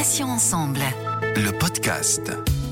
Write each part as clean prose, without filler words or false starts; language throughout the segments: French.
Patients ensemble, le podcast.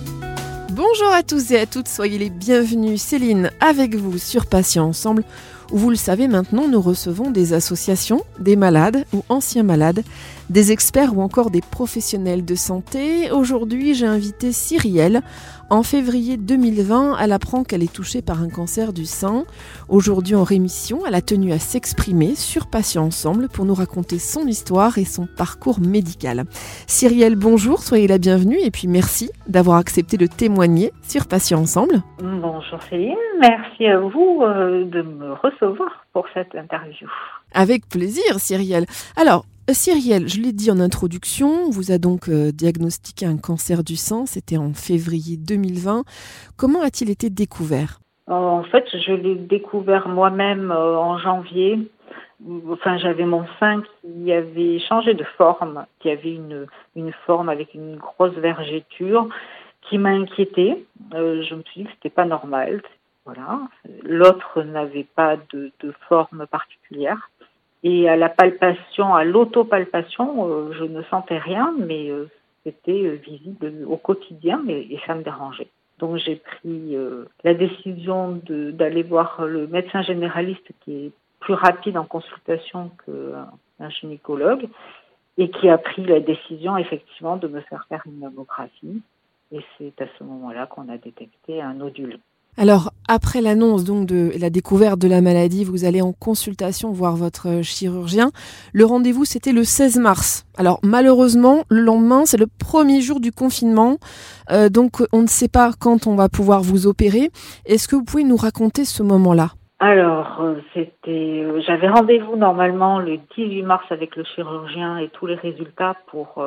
Bonjour à tous et à toutes, soyez les bienvenus. Céline avec vous sur Patients ensemble, où vous le savez maintenant, nous recevons des associations, des malades ou anciens malades, des experts ou encore des professionnels de santé. Aujourd'hui, j'ai invité Cyrielle. En février 2020, elle apprend qu'elle est touchée par un cancer du sein. Aujourd'hui en rémission, elle a tenu à s'exprimer sur Patients ensemble pour nous raconter son histoire et son parcours médical. Cyrielle, bonjour, soyez la bienvenue et puis merci d'avoir accepté de témoigner sur Patients ensemble. Bonjour Céline, merci à vous de me recevoir pour cette interview. Avec plaisir Cyrielle. Alors, Cyrielle, je l'ai dit en introduction, on vous a donc diagnostiqué un cancer du sein, c'était en février 2020. Comment a-t-il été découvert ? En fait, je l'ai découvert moi-même en janvier. Enfin, j'avais mon sein qui avait changé de forme, qui avait une forme avec une grosse vergeture qui m'a inquiétée. Je me suis dit que c'était pas normal. Voilà. L'autre n'avait pas de forme particulière. Et à la palpation, à l'autopalpation, je ne sentais rien, mais c'était visible au quotidien et ça me dérangeait. Donc j'ai pris la décision d'aller voir le médecin généraliste qui est plus rapide en consultation qu'un gynécologue et qui a pris la décision effectivement de me faire une mammographie. Et c'est à ce moment-là qu'on a détecté un nodule. Alors, après l'annonce donc de la découverte de la maladie, vous allez en consultation voir votre chirurgien. Le rendez-vous, c'était le 16 mars. Alors, malheureusement, le lendemain, c'est le premier jour du confinement. Donc, on ne sait pas quand on va pouvoir vous opérer. Est-ce que vous pouvez nous raconter ce moment-là ? Alors, j'avais rendez-vous normalement le 18 mars avec le chirurgien et tous les résultats pour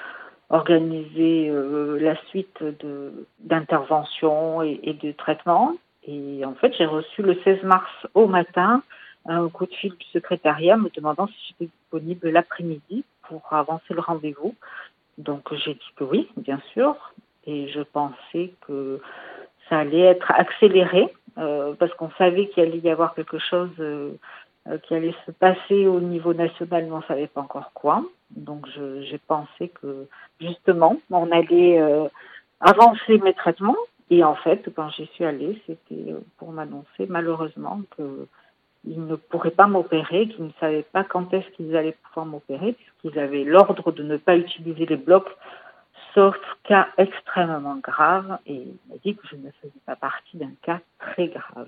organiser la suite d'intervention et de traitement. Et en fait, j'ai reçu le 16 mars au matin un coup de fil du secrétariat me demandant si j'étais disponible l'après-midi pour avancer le rendez-vous. Donc, j'ai dit que oui, bien sûr. Et je pensais que ça allait être accéléré parce qu'on savait qu'il allait y avoir quelque chose qui allait se passer au niveau national, mais on ne savait pas encore quoi. Donc, j'ai pensé que, justement, on allait avancer mes traitements. Et en fait, quand j'y suis allée, c'était pour m'annoncer, malheureusement, qu'ils ne pourraient pas m'opérer, qu'ils ne savaient pas quand est-ce qu'ils allaient pouvoir m'opérer, puisqu'ils avaient l'ordre de ne pas utiliser les blocs, sauf cas extrêmement grave. Et il m'a dit que je ne faisais pas partie d'un cas très grave.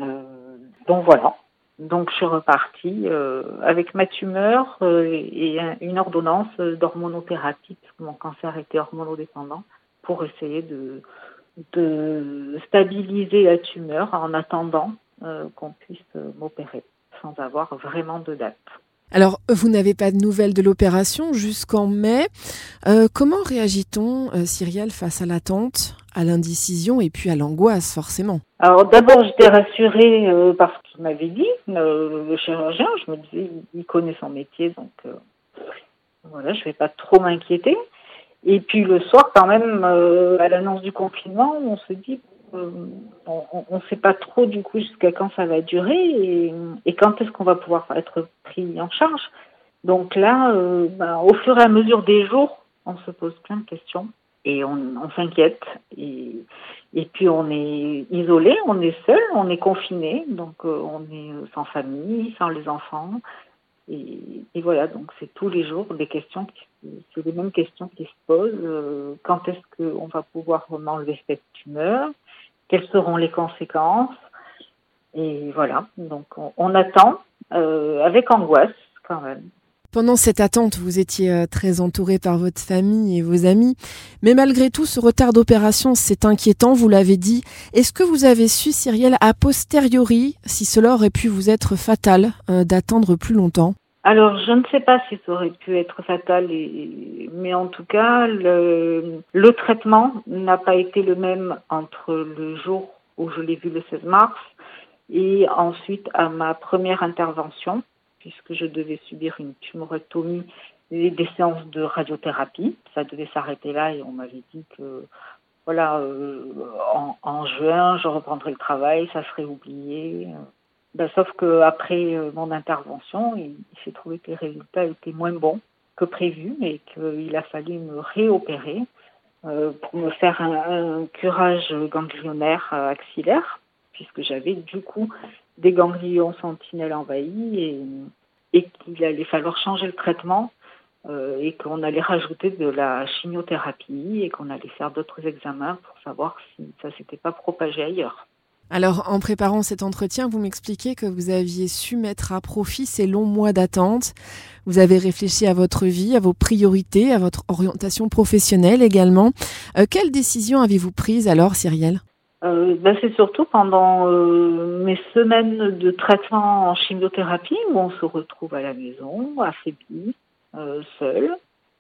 Donc, voilà. Donc, je suis repartie avec ma tumeur et une ordonnance d'hormonothérapie, puisque mon cancer était hormonodépendant, pour essayer de stabiliser la tumeur en attendant qu'on puisse m'opérer, sans avoir vraiment de date. Alors, vous n'avez pas de nouvelles de l'opération jusqu'en mai. Comment réagit-on, Cyrielle, face à l'attente, à l'indécision et puis à l'angoisse, forcément ? Alors d'abord, j'étais rassurée par ce qu'il m'avait dit, le chirurgien. Je me disais, il connaît son métier, donc voilà, je ne vais pas trop m'inquiéter. Et puis le soir, quand même, à l'annonce du confinement, on se dit, on ne sait pas trop du coup jusqu'à quand ça va durer et quand est-ce qu'on va pouvoir être pris en charge. Donc là, au fur et à mesure des jours, on se pose plein de questions et on s'inquiète. Et puis on est isolé, on est seul, on est confiné, donc on est sans famille, sans les enfants. Et voilà, donc c'est tous les jours des questions, c'est les mêmes questions qui se posent. Quand est-ce qu'on va pouvoir m'enlever cette tumeur ? Quelles seront les conséquences ? Et voilà, donc on attend avec angoisse quand même. Pendant cette attente, vous étiez très entourée par votre famille et vos amis. Mais malgré tout, ce retard d'opération, c'est inquiétant, vous l'avez dit. Est-ce que vous avez su, Cyrielle, a posteriori, si cela aurait pu vous être fatal, d'attendre plus longtemps ? Alors, je ne sais pas si ça aurait pu être fatal, mais en tout cas, le traitement n'a pas été le même entre le jour où je l'ai vu le 16 mars et ensuite à ma première intervention, puisque je devais subir une tumorectomie et des séances de radiothérapie. Ça devait s'arrêter là et on m'avait dit que voilà, en juin, je reprendrai le travail, ça serait oublié. Sauf qu'après mon intervention, il s'est trouvé que les résultats étaient moins bons. que prévu et qu'il a fallu me réopérer pour me faire un curage ganglionnaire axillaire, puisque j'avais du coup des ganglions sentinelles envahis et qu'il allait falloir changer le traitement et qu'on allait rajouter de la chimiothérapie et qu'on allait faire d'autres examens pour savoir si ça s'était pas propagé ailleurs. Alors, en préparant cet entretien, vous m'expliquez que vous aviez su mettre à profit ces longs mois d'attente. Vous avez réfléchi à votre vie, à vos priorités, à votre orientation professionnelle également. Quelle décision avez-vous prise alors, Cyrielle ? C'est surtout pendant mes semaines de traitement en chimiothérapie où on se retrouve à la maison, affaibli, seul,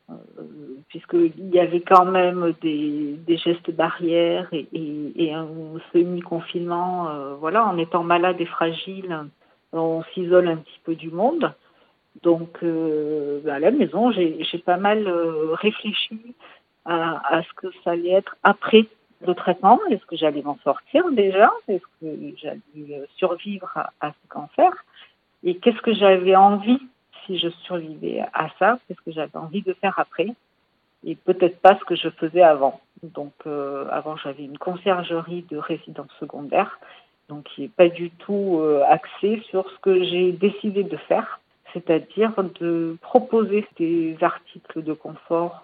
puisqu'il y avait quand même des gestes barrières et un semi-confinement. En étant malade et fragile, on s'isole un petit peu du monde. Donc, à la maison, j'ai pas mal réfléchi à ce que ça allait être après le traitement. Est-ce que j'allais m'en sortir déjà ? Est-ce que j'allais survivre à ce cancer ? Et qu'est-ce que j'avais envie, si je survivais à ça, qu'est-ce que j'avais envie de faire après ? Et peut-être pas ce que je faisais avant. Donc, avant, j'avais une conciergerie de résidence secondaire, donc qui n'est pas du tout axée sur ce que j'ai décidé de faire, c'est-à-dire de proposer des articles de confort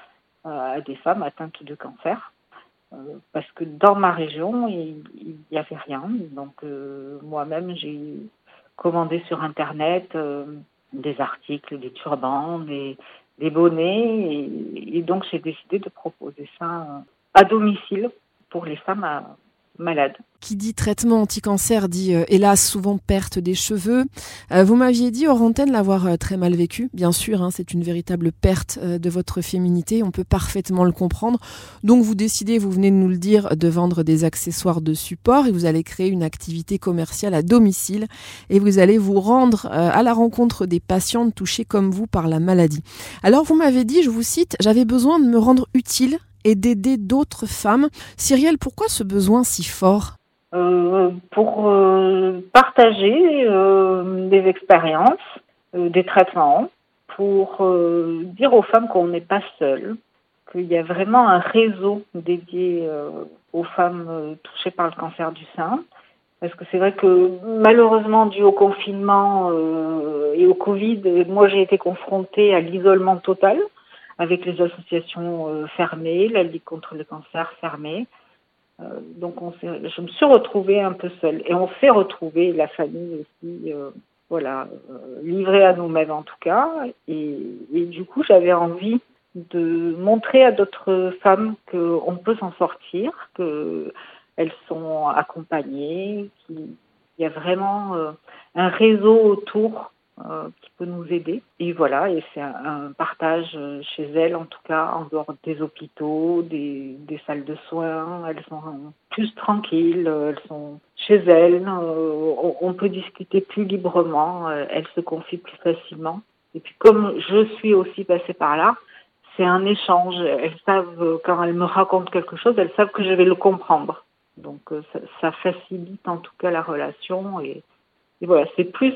à des femmes atteintes de cancer. Parce que dans ma région, il n'y avait rien. Donc, moi-même, j'ai commandé sur Internet des articles, des turbans, des bonnets. Et donc, j'ai décidé de proposer ça à domicile pour les femmes malades. Qui dit traitement anti-cancer dit hélas souvent perte des cheveux. Vous m'aviez dit hors antenne l'avoir très mal vécu. Bien sûr, c'est une véritable perte de votre féminité. On peut parfaitement le comprendre. Donc vous décidez, vous venez de nous le dire, de vendre des accessoires de support et vous allez créer une activité commerciale à domicile et vous allez vous rendre à la rencontre des patientes touchées comme vous par la maladie. Alors vous m'avez dit, je vous cite, « J'avais besoin de me rendre utile et d'aider d'autres femmes ». Cyrielle, pourquoi ce besoin si fort ? Pour partager des expériences, des traitements, pour dire aux femmes qu'on n'est pas seul, qu'il y a vraiment un réseau dédié aux femmes touchées par le cancer du sein. Parce que c'est vrai que malheureusement, dû au confinement et au Covid, moi j'ai été confrontée à l'isolement total, avec les associations fermées, la Ligue contre le cancer fermée. Donc je me suis retrouvée un peu seule. Et on s'est retrouvée, la famille aussi, livrée à nous-mêmes en tout cas. Et du coup, j'avais envie de montrer à d'autres femmes qu'on peut s'en sortir, qu'elles sont accompagnées, qu'il y a vraiment un réseau autour qui peut nous aider. Et voilà, et c'est un partage chez elles, en tout cas, en dehors des hôpitaux, des salles de soins. Elles sont plus tranquilles, elles sont chez elles. On peut discuter plus librement, elles se confient plus facilement. Et puis comme je suis aussi passée par là, c'est un échange. Elles savent, quand elles me racontent quelque chose, elles savent que je vais le comprendre. Donc ça facilite en tout cas la relation. Et voilà, c'est plus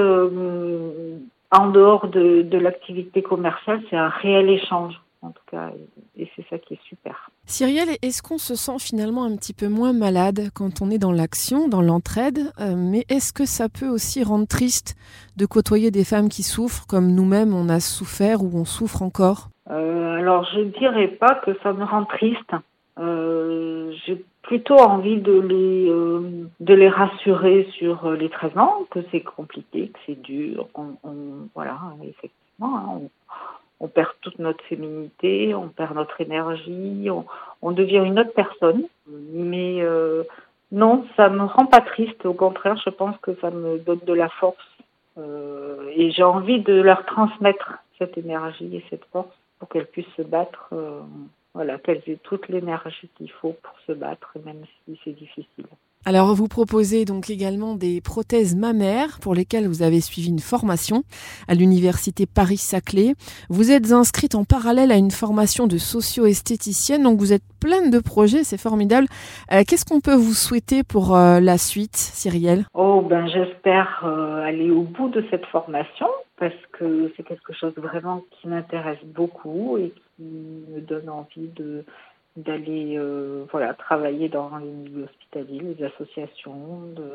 en dehors de l'activité commerciale, c'est un réel échange, en tout cas, et c'est ça qui est super. Cyrielle, est-ce qu'on se sent finalement un petit peu moins malade quand on est dans l'action, dans l'entraide, mais est-ce que ça peut aussi rendre triste de côtoyer des femmes qui souffrent, comme nous-mêmes on a souffert ou on souffre encore ? Alors, je dirais pas que ça me rend triste. J'ai plutôt envie de les rassurer sur les traitements, que c'est compliqué, que c'est dur. Voilà, effectivement, on perd toute notre féminité, on perd notre énergie, on devient une autre personne. Mais non, ça me rend pas triste. Au contraire, je pense que ça me donne de la force. Et j'ai envie de leur transmettre cette énergie et cette force pour qu'elles puissent se battre. Qu'elles aient toute l'énergie qu'il faut pour se battre, même si c'est difficile. Alors, vous proposez donc également des prothèses mammaires pour lesquelles vous avez suivi une formation à l'université Paris-Saclay. Vous êtes inscrite en parallèle à une formation de socio-esthéticienne, donc vous êtes pleine de projets, c'est formidable. Qu'est-ce qu'on peut vous souhaiter pour la suite, Cyrielle ? J'espère aller au bout de cette formation parce que c'est quelque chose vraiment qui m'intéresse beaucoup et qui me donne envie d'aller travailler dans les milieux hospitaliers, les associations,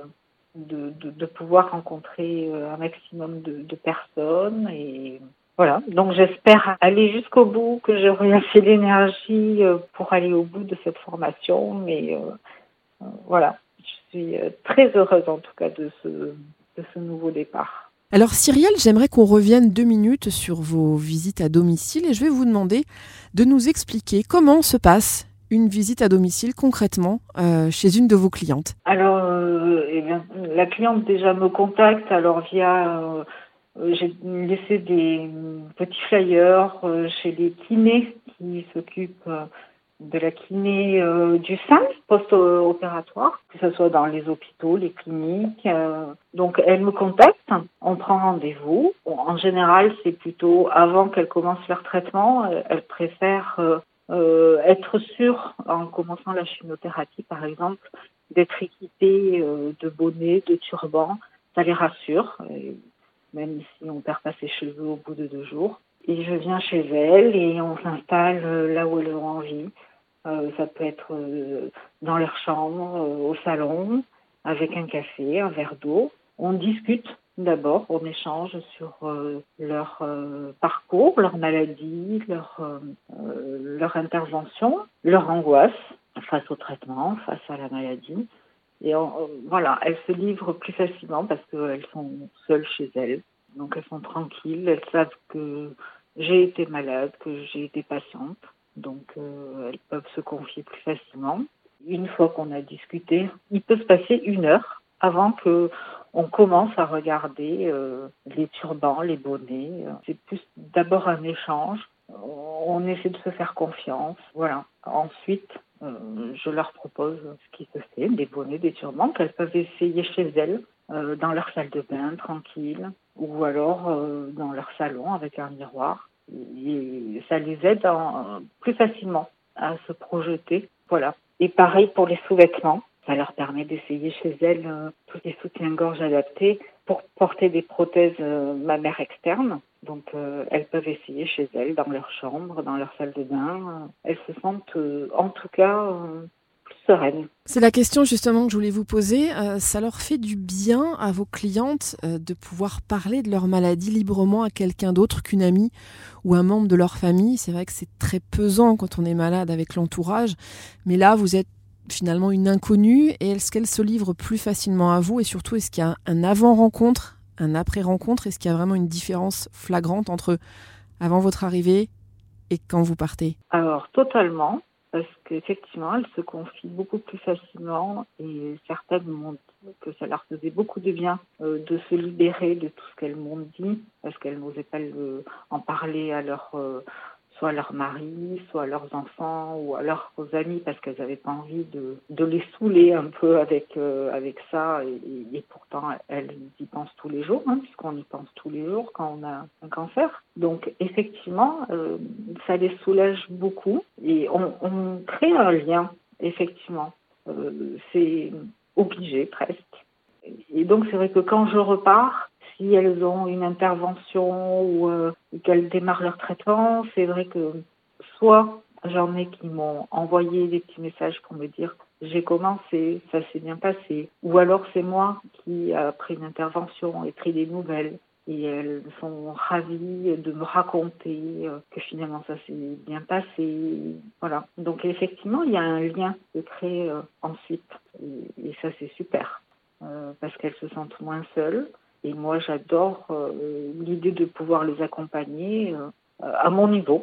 de pouvoir rencontrer un maximum de personnes et voilà. Donc j'espère aller jusqu'au bout, que j'aurai assez d'énergie pour aller au bout de cette formation, mais voilà. Je suis très heureuse en tout cas de ce nouveau départ. Alors Cyrielle, j'aimerais qu'on revienne 2 minutes sur vos visites à domicile et je vais vous demander de nous expliquer comment se passe une visite à domicile concrètement chez une de vos clientes. Alors, la cliente déjà me contacte via... j'ai laissé des petits flyers chez les kinés qui s'occupent de la kiné du sein post-opératoire, que ce soit dans les hôpitaux, les cliniques. Donc, elle me contacte, on prend rendez-vous. Bon, en général, c'est plutôt avant qu'elle commence leur traitement. Elle préfère être sûre, en commençant la chimiothérapie, par exemple, d'être équipée de bonnets, de turbans. Ça les rassure, même si on perd pas ses cheveux au bout de 2 jours. Et je viens chez elle et on s'installe là où elles ont envie. Ça peut être dans leur chambre, au salon, avec un café, un verre d'eau. On discute d'abord, on échange sur leur parcours, leur maladie, leur intervention, leur angoisse face au traitement, face à la maladie. Et elles se livrent plus facilement parce qu'elles sont seules chez elles. Donc elles sont tranquilles, elles savent que j'ai été malade, que j'ai été patiente. Donc elles peuvent se confier plus facilement. Une fois qu'on a discuté, il peut se passer 1 heure avant que on commence à regarder les turbans, les bonnets. C'est plus d'abord un échange. On essaie de se faire confiance. Voilà. Ensuite, je leur propose ce qui se fait, des bonnets, des turbans qu'elles peuvent essayer chez elles, dans leur salle de bain, tranquille, ou alors dans leur salon avec un miroir. Et ça les aide plus facilement à se projeter. Voilà. Et pareil pour les sous-vêtements. Ça leur permet d'essayer chez elles tous les soutiens-gorge adaptés pour porter des prothèses mammaires externes. Donc, elles peuvent essayer chez elles, dans leur chambre, dans leur salle de bain. Elles se sentent, en tout cas, plus sereines. C'est la question justement que je voulais vous poser. Ça leur fait du bien à vos clientes de pouvoir parler de leur maladie librement à quelqu'un d'autre qu'une amie ou un membre de leur famille. C'est vrai que c'est très pesant quand on est malade avec l'entourage. Mais là, vous êtes finalement une inconnue et est-ce qu'elle se livre plus facilement à vous et surtout est-ce qu'il y a un avant-rencontre, un après-rencontre, est-ce qu'il y a vraiment une différence flagrante entre avant votre arrivée et quand vous partez ? Alors totalement, parce qu'effectivement elles se confient beaucoup plus facilement et certaines m'ont dit que ça leur faisait beaucoup de bien de se libérer de tout ce qu'elles m'ont dit parce qu'elles n'osaient pas en parler à soit à leur mari, soit à leurs enfants ou à leurs amis parce qu'elles n'avaient pas envie de les saouler un peu avec ça et pourtant elles y pensent tous les jours puisqu'on y pense tous les jours quand on a un cancer. Donc effectivement, ça les soulage beaucoup et on crée un lien, effectivement. C'est obligé presque. Et donc c'est vrai que quand je repars, si elles ont une intervention ou qu'elles démarrent leur traitement, c'est vrai que soit j'en ai qui m'ont envoyé des petits messages pour me dire j'ai commencé, ça s'est bien passé, ou alors c'est moi qui, après une intervention, ai pris des nouvelles et elles sont ravies de me raconter que finalement ça s'est bien passé. Voilà. Donc effectivement, il y a un lien de créer ensuite et ça c'est super parce qu'elles se sentent moins seules. Et moi, j'adore l'idée de pouvoir les accompagner à mon niveau,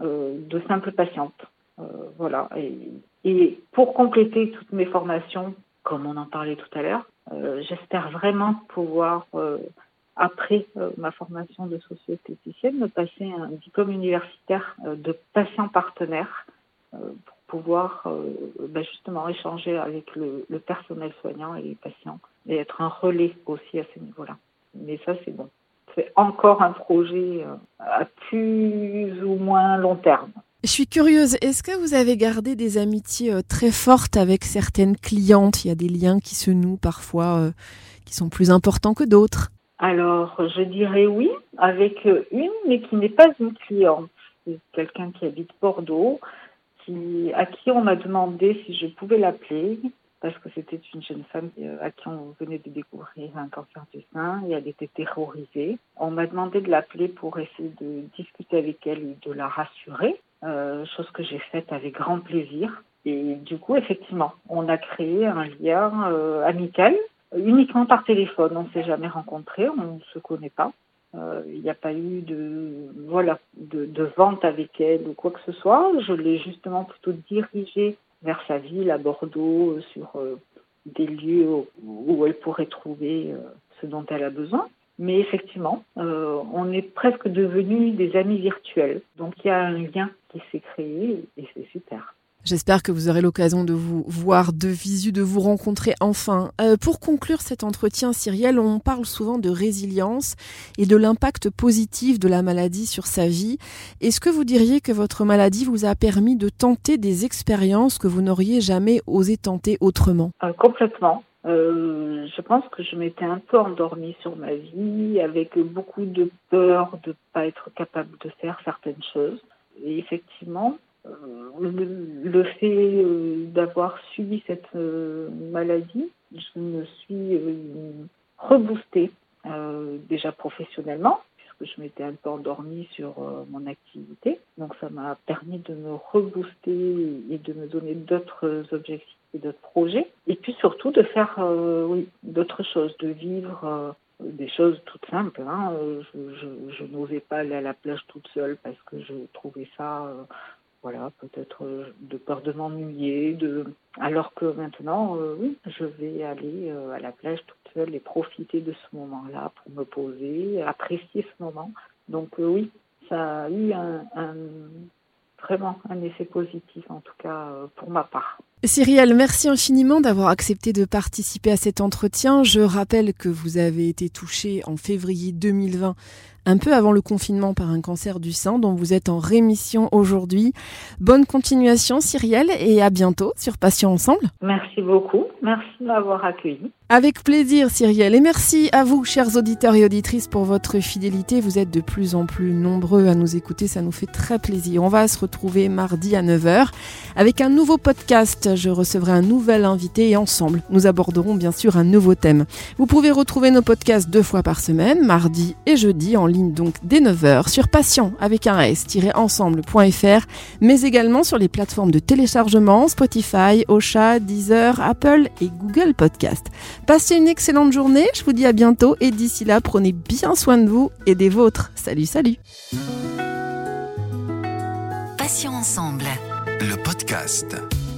de simples patientes. Voilà. Et pour compléter toutes mes formations, comme on en parlait tout à l'heure, j'espère vraiment pouvoir, après ma formation de socio-esthéticienne, me passer un diplôme universitaire de patient partenaire pour pouvoir justement échanger avec le personnel soignant et les patients et être un relais aussi à ce niveau-là. Mais ça, c'est bon. C'est encore un projet à plus ou moins long terme. Je suis curieuse, est-ce que vous avez gardé des amitiés très fortes avec certaines clientes ? Il y a des liens qui se nouent parfois qui sont plus importants que d'autres. Alors, je dirais oui, avec une, mais qui n'est pas une cliente. C'est quelqu'un qui habite Bordeaux, à qui on m'a demandé si je pouvais l'appeler, parce que c'était une jeune femme à qui on venait de découvrir un cancer du sein et elle était terrorisée. On m'a demandé de l'appeler pour essayer de discuter avec elle et de la rassurer, chose que j'ai faite avec grand plaisir. Et du coup, effectivement, on a créé un lien amical, uniquement par téléphone. On ne s'est jamais rencontrés, on ne se connaît pas. Il n'y a pas eu de vente avec elle ou quoi que ce soit. Je l'ai justement plutôt dirigée vers sa ville à Bordeaux, sur des lieux où elle pourrait trouver ce dont elle a besoin. Mais effectivement, on est presque devenus des amis virtuels. Donc il y a un lien qui s'est créé et c'est super. J'espère que vous aurez l'occasion de vous voir de visu, de vous rencontrer enfin. Pour conclure cet entretien, Cyrielle, on parle souvent de résilience et de l'impact positif de la maladie sur sa vie. Est-ce que vous diriez que votre maladie vous a permis de tenter des expériences que vous n'auriez jamais osé tenter autrement ? Complètement. Je pense que je m'étais un peu endormie sur ma vie, avec beaucoup de peur de ne pas être capable de faire certaines choses. Et effectivement, le fait d'avoir subi cette maladie, je me suis reboostée déjà professionnellement, puisque je m'étais un peu endormie sur mon activité. Donc ça m'a permis de me rebooster et de me donner d'autres objectifs et d'autres projets. Et puis surtout de faire d'autres choses, de vivre des choses toutes simples. Je n'osais pas aller à la plage toute seule parce que je trouvais ça... peut-être de peur de m'ennuyer, alors que maintenant, je vais aller à la plage toute seule et profiter de ce moment-là pour me poser, apprécier ce moment. Donc oui, ça a eu vraiment un effet positif, en tout cas pour ma part. Cyrielle, merci infiniment d'avoir accepté de participer à cet entretien. Je rappelle que vous avez été touchée en février 2020, un peu avant le confinement, par un cancer du sein dont vous êtes en rémission aujourd'hui. Bonne continuation, Cyrielle, et à bientôt sur Patients Ensemble. Merci beaucoup. Merci de m'avoir accueillie. Avec plaisir, Cyrielle, et merci à vous, chers auditeurs et auditrices, pour votre fidélité. Vous êtes de plus en plus nombreux à nous écouter, ça nous fait très plaisir. On va se retrouver mardi à 9h avec un nouveau podcast. Je recevrai un nouvel invité et ensemble, nous aborderons bien sûr un nouveau thème. Vous pouvez retrouver nos podcasts 2 fois par semaine, mardi et jeudi, en ligne donc dès 9h sur patient avec un s-ensemble.fr, mais également sur les plateformes de téléchargement Spotify, Ocha, Deezer, Apple et Google Podcast. Passez une excellente journée, je vous dis à bientôt et d'ici là, prenez bien soin de vous et des vôtres. Salut, salut. Patients Ensemble, le podcast.